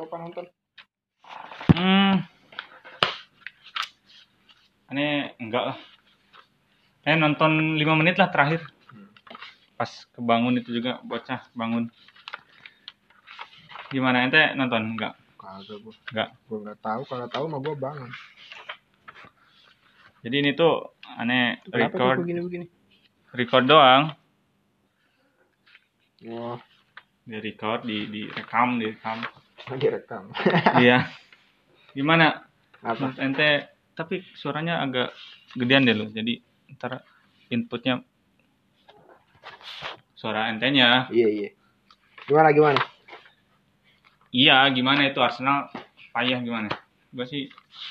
Eropa nonton? Aneh enggak lah. Nonton 5 menit lah terakhir. Pas kebangun itu juga bocah bangun. Gimana ente nonton? Enggak. Kagak gua. Enggak. Gua nggak tahu, kalau tahu mah gua bangun. Jadi ini tuh aneh Kenapa tuh begini-begini? record doang. Oh, Direkam. direkam. Iya. Gimana? Apa? Menurut ente tapi suaranya agak gedean deh lo. Jadi ntar inputnya suara entenya. Iya. Gimana? Iya, gimana itu Arsenal payah gimana? Gue sih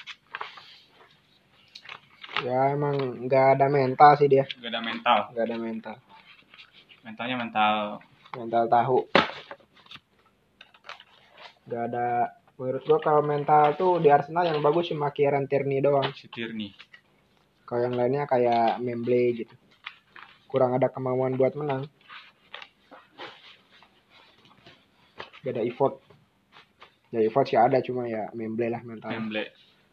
Ya emang nggak ada mental sih dia. gak ada mental. Nggak ada mental. Mentalnya mental Tahu. Nggak ada. Menurut gua kalau mental tuh di Arsenal yang bagus cuma Kieran Tierney doang. si Tierney. Kalau yang lainnya kayak Memble gitu. Kurang ada kemauan buat menang. Beda effort. Ya effort sih ada, cuma ya Memble lah mental. Memble.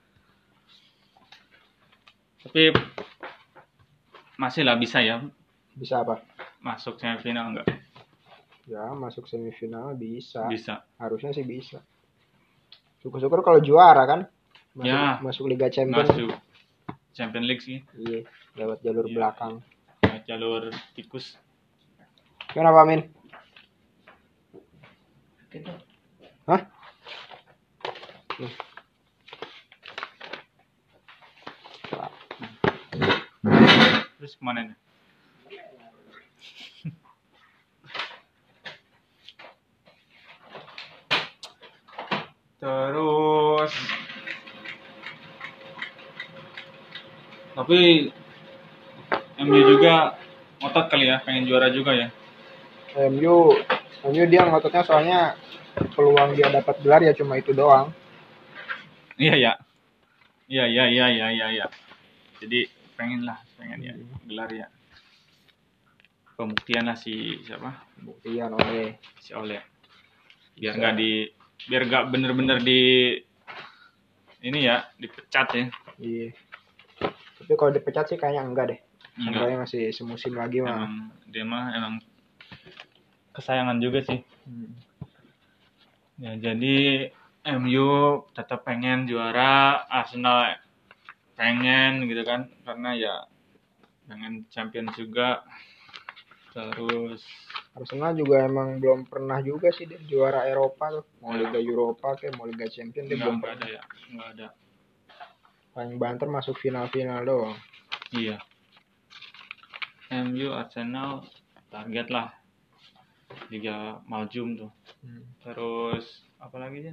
Tapi masih lah bisa ya Bisa apa? masuk semifinal enggak? Ya masuk semifinal bisa. Bisa. Harusnya sih bisa. Syukur-syukur kalau juara kan. Masuk Liga Champions. Masuk Champions League sih. Iya, lewat jalur belakang. Lewat jalur tikus. Kenapa, Min? Gitu. Hah? Terus kemana nih? Terus tapi MU juga ngotot kali ya, pengen juara juga ya. MU dia ngototnya soalnya peluang dia dapat gelar ya cuma itu doang. Iya. Jadi pengen ya gelar ya. Pembuktian lah si siapa? Pembuktian oleh Si Ole. Biar nggak bener-bener di ini ya, dipecat ya. Iya. Tapi kalau dipecat sih kayaknya enggak deh. Enggak. Kayaknya masih semusim lagi mah. Dia mah emang kesayangan juga sih. Ya jadi MU tetap pengen juara, Arsenal pengen gitu kan, karena ya pengen champion juga. Terus Arsenal juga emang belum pernah juga sih dia juara Eropa tuh. Mau Liga Eropa kayak mau Liga Champions dia belum nggak pernah. ada ya, nggak ada. Paling banter masuk final-final doang. Iya. MU Arsenal target lah Liga Maljum tuh. Terus apa lagi ya?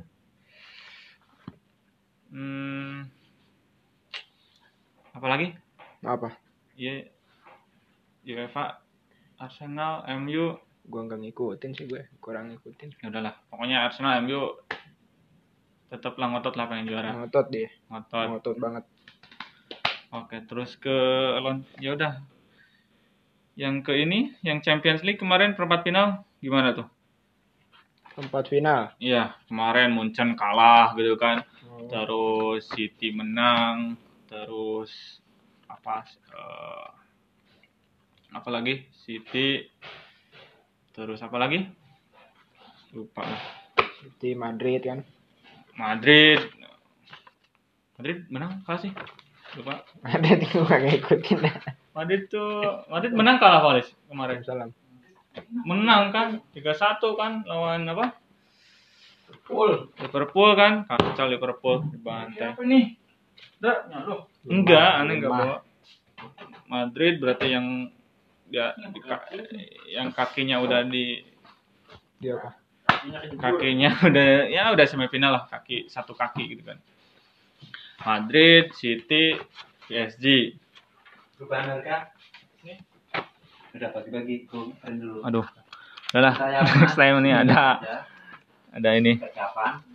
Apa lagi? Apa? Iya. UEFA, Arsenal, MU. Gua nggak ngikutin sih, gue kurang ngikutin. Ya udahlah, pokoknya Arsenal, MU tetaplah ngotot lah pengen juara. Ngotot dia. Ngotot. Ngotot banget. Oke, terus ke ya udah. Yang ke ini, yang Champions League kemarin perempat final gimana tuh? Tempat final. Iya, kemarin Munchen kalah gitu kan. Terus City menang, terus apa lagi? City. Terus apa lagi? Lupa lah. City, Madrid kan. Madrid menang kalah sih. Lupa. Madrid gue gak ngikutin. Madrid menang kalah Valis kemarin. Salam. Menang kan 3-1 kan lawan apa? Liverpool kan, kacau Liverpool dibantai. Apa nih? Lo. Enggak, aneh enggak bawa. Madrid berarti yang yang kakinya udah Dia apa? kakinya udah semifinal lah, satu kaki gitu kan. Madrid, City, PSG. Perubahan harga. Nih. Udah bagi-bagi dulu. Aduh. Udahlah. Next time ini ada ini. Kapan?